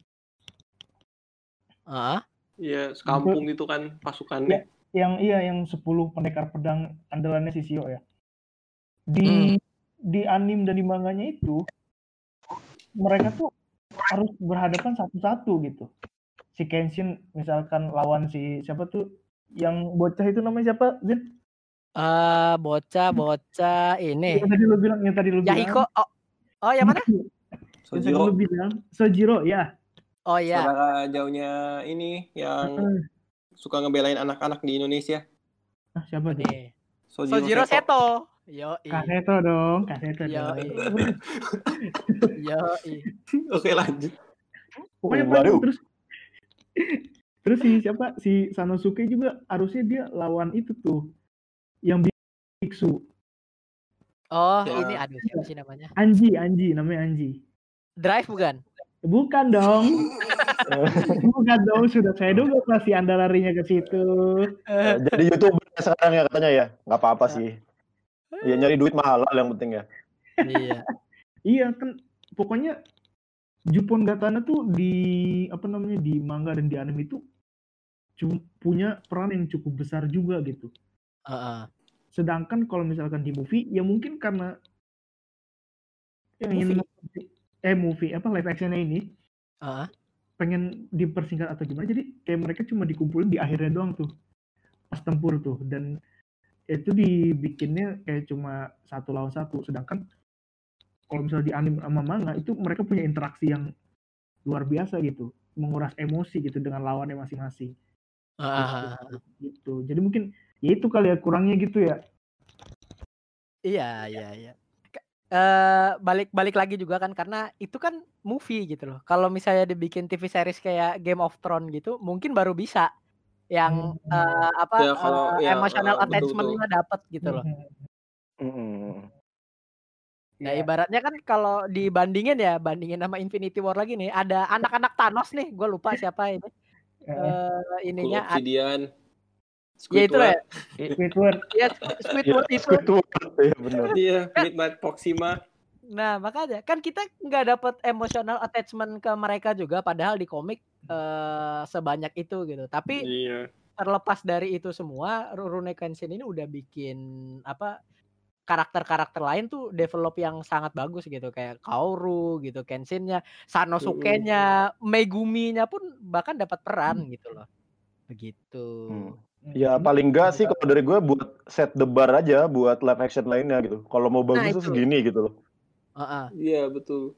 Ah, iya, sekampung itu kan pasukannya. Yang iya yang sepuluh pendekar pedang andalannya si Shio ya. Di Hmm. di anime dan di manganya itu mereka tuh harus berhadapan satu-satu gitu. Si Kenshin misalkan lawan si siapa tuh yang bocah itu namanya siapa, Zin? Eh, bocah-bocah ini. Yang tadi lu bilang, yang tadi lu bilang. Yahiko. Oh, oh yang mana? Yang tadi lu bilang Sojiro ya. Oh iya. Saudara jauhnya ini yang Uh, suka ngebelain anak-anak di Indonesia. ah, siapa tuh? Nih. Sojiro, Sojiro Seto. Seto. Yoi. Kaseto dong, Kaseto Yoi. dong. Yoi. Oke, lanjut. Pokoknya Oh, panjang baru. terus. Terus si siapa? Si Sanosuke juga harusnya dia lawan itu tuh yang biksu. Oh, Ya. ini aduh siapa sih namanya? Anji, Anji namanya Anji. Drive bukan? Bukan dong. Bukan dong, sudah saya duga pasti Anda larinya ke situ. Uh, jadi YouTuber sekarang ya katanya ya, nggak apa-apa sih. Ya nyari duit mahal yang penting ya. Iya. Iya kan, pokoknya Jupon Gatana tuh di apa namanya di manga dan di anime itu cu- punya peran yang cukup besar juga gitu. Uh-uh. Sedangkan kalau misalkan di movie, ya mungkin karena yang ingin eh movie apa live actionnya ini Uh-uh. pengen dipersingkat atau gimana, jadi kayak mereka cuma dikumpulin di akhirnya doang tuh pas tempur tuh, dan itu dibikinnya kayak cuma satu lawan satu. Sedangkan kalau misalnya di anime sama manga itu mereka punya interaksi yang luar biasa gitu, menguras emosi gitu dengan lawannya masing-masing. Uh-uh. Gitu. Jadi mungkin ya itu kali ya kurangnya gitu ya. Iya, iya, iya. Eh balik balik lagi juga kan karena itu kan movie gitu loh. Kalau misalnya dibikin T V series kayak Game of Thrones gitu, mungkin baru bisa yang Hmm. eh, apa Ya, kalau- eh, ya, emotional eh, attachment-nya dapet gitu loh. Mm-mm. Nah, Iya. ibaratnya kan kalau dibandingin ya, bandingin sama Infinity War lagi nih, ada anak-anak Thanos nih, gue lupa siapa ini. Eh, Eh ininya ad- Obsidian. ya itu lah. Squidward. Ya Squidward Ya, itu. Squidward, ya benar. Iya, Midnight Proxima. Nah, makanya kan kita nggak dapet emotional attachment ke mereka juga, padahal di komik eh, sebanyak itu gitu. Tapi Iya. terlepas dari itu semua, Rurouni Kenshin ini udah bikin apa karakter-karakter lain tuh develop yang sangat bagus gitu, kayak Kaoru gitu, Kenshin-nya, Sanosuke-nya, Megumi-nya pun bahkan dapat peran gitu loh. Begitu. Hmm. Ya paling enggak sih kalau dari gue buat set the bar aja buat live action lainnya gitu. Kalau mau bagus tuh itu. segini gitu loh. Heeh. Iya, betul.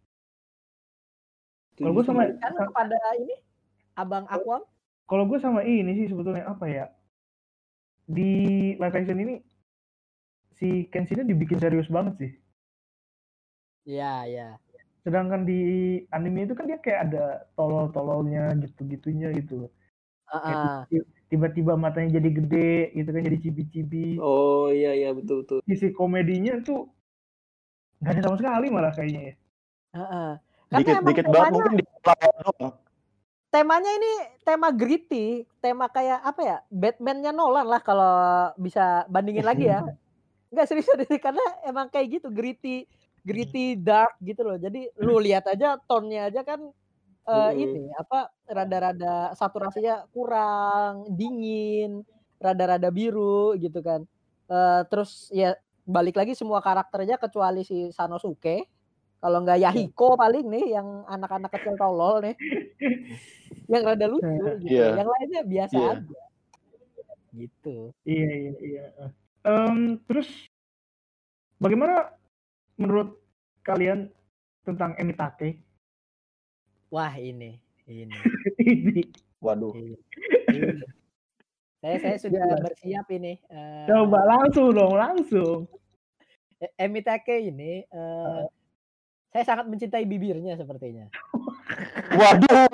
Kalau gue sama Kan kepada ini Abang Aquam. kalau gue sama ini sih sebetulnya apa ya, di live action ini si Kenshin-nya dibikin serius banget sih. Iya, iya. Sedangkan di anime itu kan dia kayak ada tolol-tololnya gitu-gitunya gitu. Heeh. Kayak tiba-tiba matanya jadi gede gitu kan, jadi cibi-cibi. Oh iya iya betul betul. Sisi komedinya tuh nggak ada sama sekali malah kayaknya ya. Heeh. Karena Dikit emang dikit banget temanya mungkin di awal doang. temanya ini tema gritty, tema kayak apa ya? Batman-nya Nolan lah kalau bisa bandingin lagi ya. Enggak seriusan ini karena emang kayak gitu gritty, gritty dark gitu loh. Jadi lu lihat aja tone-nya aja kan eh, Mm-mm. ini apa rada-rada saturasinya kurang, dingin, rada-rada biru gitu kan. Eh, terus ya balik lagi semua karakternya kecuali si Sanosuke. Kalau nggak Yahiko paling nih yang anak-anak kecil tolol nih. Yang rada lucu gitu. Iya. Yang lainnya biasa Iya. aja. Gitu. Iya iya iya. Em, terus bagaimana menurut kalian tentang Emitake? Wah ini, ini. Ini. Waduh. Ini. Ini. Saya saya sudah bersiap ini. eh, Coba langsung dong, langsung. E- Emitake ini eh, saya sangat mencintai bibirnya sepertinya. Waduh.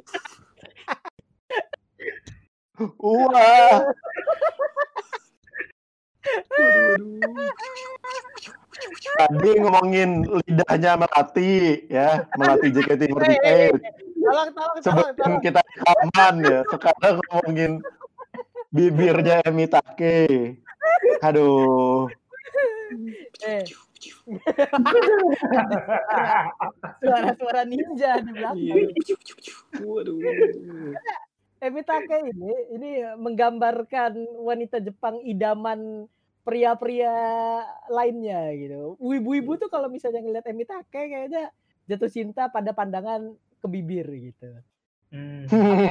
Wah. Tadi ngomongin lidahnya Melati ya, Melati J K T empat puluh delapan. Tolong, tolong, tolong, Sebelum tolong. kita rekaman ya, sekarang ngomongin bibirnya Emitake. Aduh. Eh. Suara-suara ninja di belakang. Waduh. Emitake ini ini menggambarkan wanita Jepang idaman pria-pria lainnya gitu. Wibu-wibu tuh kalau misalnya ngeliat Emitake kayaknya jatuh cinta pada pandangan ke bibir gitu. Hmm.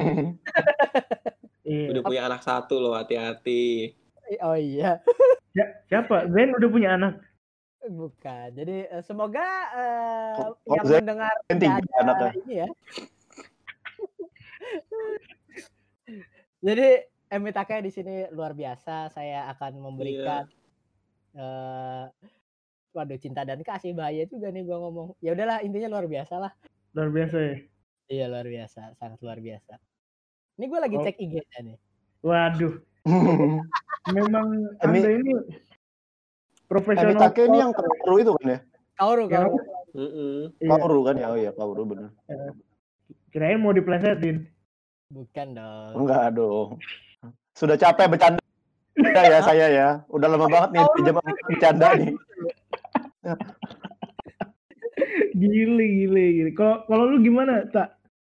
Udah Iya. punya anak satu loh, hati-hati. Oh iya, Ya, siapa? Zen udah punya anak. bukan. Jadi eh, semoga eh, Oh, yang Zen mendengar tiga tidak ada anaknya. ini ya. Jadi Emitake di sini luar biasa. Saya akan memberikan eh waduh cinta dan kasih bahaya juga nih gua ngomong. Ya udahlah intinya luar biasa lah. Luar biasa ya. Iya luar biasa, sangat luar biasa. Ini gue lagi Oh. cek I G-nya nih. Waduh, memang Emi- Anda ini profesional. Emitake ini yang Kaoru itu kan ya? Kaoru, Ya, Kaoru. Mm-mm. Iya. Kaoru kan ya? Oh iya, Kaoru bener. Kirain mau diplesetin. Bukan dong. Enggak dong. Sudah capek bercanda ya saya ya. Udah lama banget nih di jam bercanda nih. Gile, gile, gile. Kalau kalau lu gimana, Tak?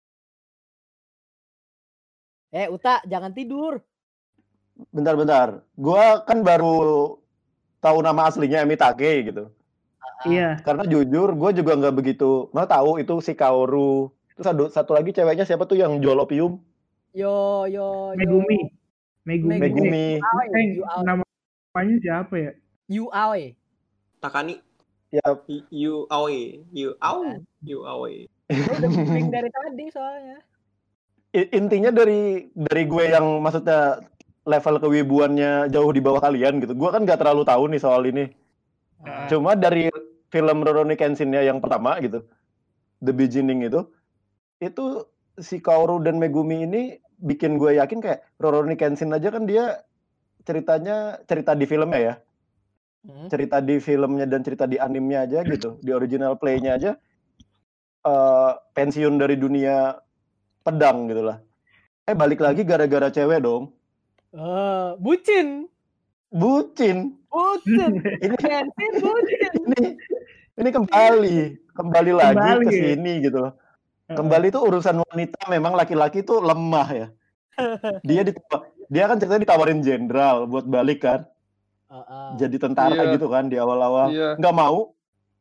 Eh Uta jangan tidur. Bentar-bentar. Gua kan baru tahu nama aslinya Emitake gitu. Iya. Karena jujur gue juga nggak begitu nggak tahu itu si Kaoru. Terus satu, satu lagi ceweknya siapa tuh yang jual opium? Yo yo yo. Megumi. Megumi. Megumi. Eh, namanya siapa ya? Yu Aoi. Takani. Ya, Y- Yu Aoi. Yu Aoi. Yu Aoi. Gue udah googling dari tadi soalnya. i- intinya dari dari gue yang maksudnya level kewibuannya jauh di bawah kalian gitu. Gue kan nggak terlalu tahu nih soal ini. Ah. Cuma dari film Rurouni Kenshin-nya yang pertama gitu, The Beginning itu, itu si Kaoru dan Megumi ini bikin gue yakin kayak Rurouni Kenshin aja kan dia ceritanya cerita di filmnya ya, Hmm. cerita di filmnya dan cerita di animenya aja gitu, di original play-nya aja uh, pensiun dari dunia pedang gitulah. Eh balik lagi gara-gara cewek dong. Uh, bucin. Bucin. Bucin. Ini Kenshin bucin. ini ini kembali kembali lagi Kembali, ke ya? sini gitu loh. Kembali tuh urusan wanita memang laki-laki tuh lemah ya. Dia ditawa, dia kan ceritanya ditawarin jenderal buat balik kan. Uh, uh. Jadi tentara Iya. gitu kan di awal-awal. Iya. Nggak mau.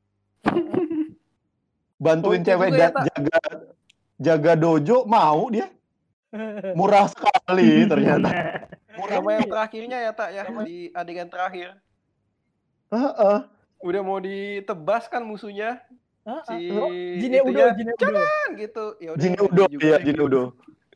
Bantuin Oh, itu cewek juga ya, ja- Tak? jaga jaga dojo mau dia. Murah sekali ternyata. Sama yang terakhirnya ya, Tak, ya, di adegan terakhir. Heeh. Udah mau ditebas kan musuhnya. Uh, uh. Si Jine Udo, itunya, Jine Udo. jangan gitu. Ya udah, Jine ya, Udo juga ya, deh, Jine gitu. Udo.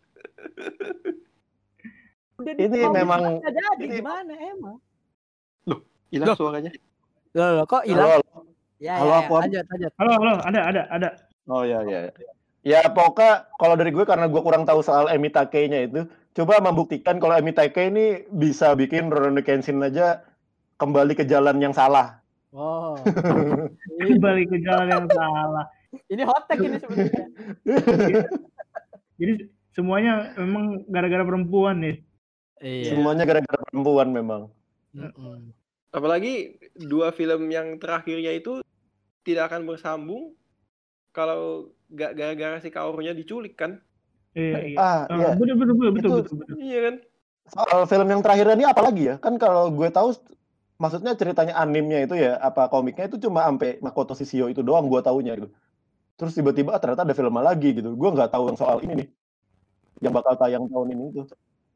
Udah Ini ditolong, memang- nggak jadi ini- gimana emang? Hilang Loh. suaranya. Loh, loh, kok hilang? Halo, halo. Ya, Halo, ya, aku ya. apa? Lanjut, lanjut. Halo, halo, ada, ada, ada. Oh ya ya. Ya pokoknya kalau dari gue karena gue kurang tahu soal Emi Takei-nya itu, coba membuktikan kalau Emi Takei ini bisa bikin Rurouni Kenshin aja kembali ke jalan yang salah. Oh. Kembali ke jalan yang salah. Ini hot tag ini sebenarnya. Jadi semuanya memang gara-gara perempuan nih. Iya. Semuanya gara-gara perempuan memang. Mm-mm. Apalagi dua film yang terakhirnya itu tidak akan bersambung kalau gak gara-gara si Kaorunya diculik kan? Iya, iya. Ah, Oh, iya. betul, betul, betul, betul, Itu- betul, betul. Iya kan? Soal film yang terakhir ini apa lagi ya? Kan kalau gue tahu maksudnya ceritanya animenya itu ya, apa komiknya itu cuma sampai Makoto Shishio itu doang gue taunya gitu. Terus tiba-tiba ah, ternyata ada film lagi gitu. Gue nggak tahu yang soal ini nih. Yang bakal tayang tahun ini itu.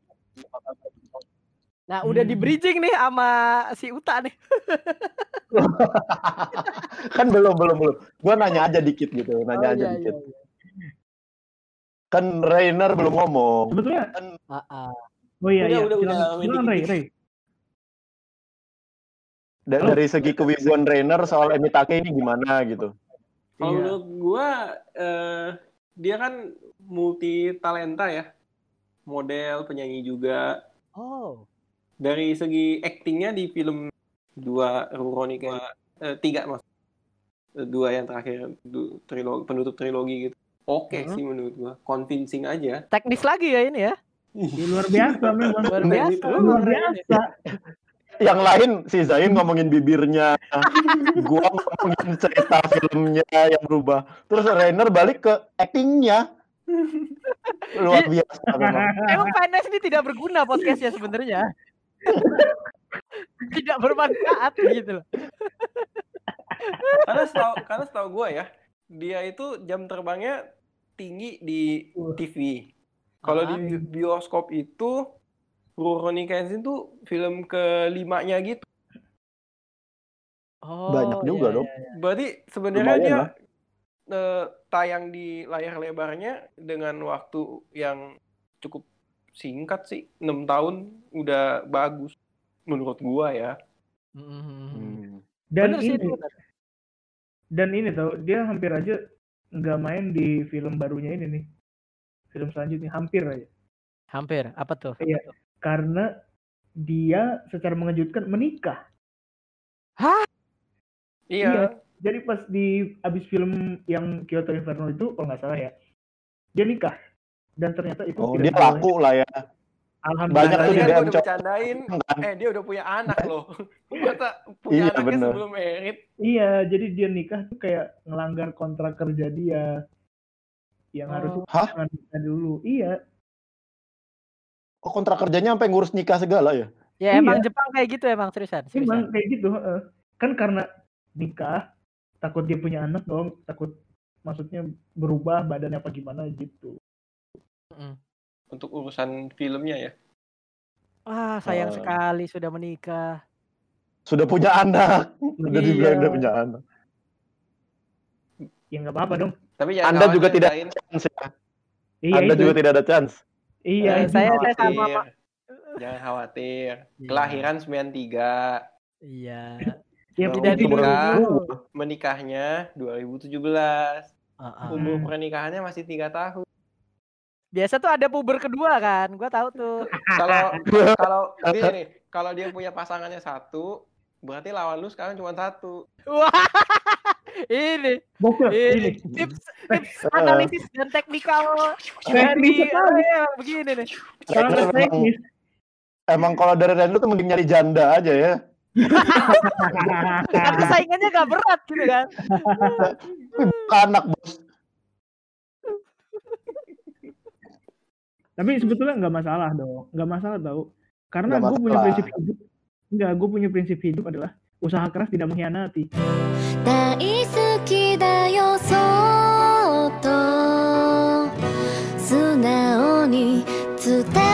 Nah, udah di Hmm. bridging nih sama si Uta nih. Kan belum belum belum. Gue nanya aja dikit gitu, nanya Oh, aja iya, dikit. iya, iya. Kan Rainer belum ngomong. Sebetulnya, Ah, ah. oh iya, Udah, iya. udah, udah, Silakan, Wendy, silakan, Ray, gitu. Ray. Da- Halo. Dari segi kewibuan Rainer soal Emi Takei ini gimana gitu. Kalau Iya. menurut gua eh, dia kan multi talenta ya, model, penyanyi juga. Oh. Dari segi aktingnya di film dua Rurouni Kenshin, eh, tiga mas, Eh, dua yang terakhir du- trilogi, penutup trilogi gitu. Oke Mhm. sih menurut gua, convincing aja. Teknis lagi ya ini ya. Ya, luar biasa memang. Luar Nah, biasa. gitu. Luar Ini. biasa. Yang lain si Zain ngomongin bibirnya, gua ngomongin cerita filmnya yang berubah. Terus Rainer balik ke actingnya. Luar biasa memang. Emang P N S ini tidak berguna podcastnya sebenarnya. Tidak bermanfaat gitu loh. Karena setahu karena setahu gua ya, dia itu jam terbangnya tinggi di T V. Kalau Ah. di bioskop itu Rurouni Kenshin tuh film kelimanya gitu. Oh, Banyak juga iya, dong. iya, iya. Berarti sebenarnya Lumayan dia lah. eh, tayang di layar lebarnya dengan waktu yang cukup singkat sih, enam tahun udah bagus menurut gua ya. Mhm. Hmm. Dan Bener sih ini, itu. bener. dan ini tau, dia hampir aja nggak main di film barunya ini nih. Film selanjutnya hampir aja. Hampir. Apa tuh? Iya. Karena dia secara mengejutkan menikah. Iya. Iya. Jadi pas di abis film yang Kyoto Inferno itu, kalau nggak salah ya, dia nikah. Dan ternyata itu Oh, tidak dia laku lah ya. Alhamdulillah. Banyak tuh Tadi di kan D gua M udah Shop. bercandain, Kan? eh dia udah punya anak loh. Masa punya Iya, anaknya bener. sebelum merit? Iya, jadi dia nikah tuh kayak ngelanggar kontrak kerja dia. Yang Oh. harusnya Hah? jangan nikah dulu. Iya. Kok kontrak kerjanya sampai ngurus nikah segala ya? Ya Iya. emang Jepang kayak gitu emang seriusan. Emang seriusan. kayak gitu. heeh. Kan karena nikah, takut dia punya anak dong. Takut maksudnya berubah badannya apa gimana gitu. Mm. Untuk urusan filmnya ya. Wah, sayang Ah. sekali sudah menikah. Sudah punya anak. Udah Iya. dibilang udah punya anak. Ya nggak apa-apa dong. Tapi jangan Anda juga khawatir, tidak Zain. ada chance ya. Iya Anda itu. juga tidak ada chance. Iya Eh, itu. saya- Jangan saya sama khawatir. Pak. Jangan khawatir. Iya. Kelahiran sembilan puluh tiga, Iya. Ya, Tidak Tidak itu dulu. baru- dulu. menikahnya dua ribu tujuh belas. Uh-uh. Umur Hmm. pernikahannya masih tiga tahun. Biasa tuh ada puber kedua kan, gua tahu tuh. Kalau kalau dia nih, kalau dia punya pasangannya satu, berarti lawan lu sekarang cuma satu. Wah, ini, Bokep, ini ini. tips tips analisis dan teknikal dari Teknis sekali. eh, begini nih. Sangat Rainer emang, teknis. emang kalau dari Rainer tuh mending nyari janda aja ya. Karena saingannya gak berat gitu kan. Anak bos. Tapi sebetulnya nggak masalah dong, nggak masalah tau. Karena Nggak gue punya masalah. prinsip hidup, nggak, gue punya prinsip hidup adalah usaha keras tidak mengkhianati. 大好きだよそっと素直に伝え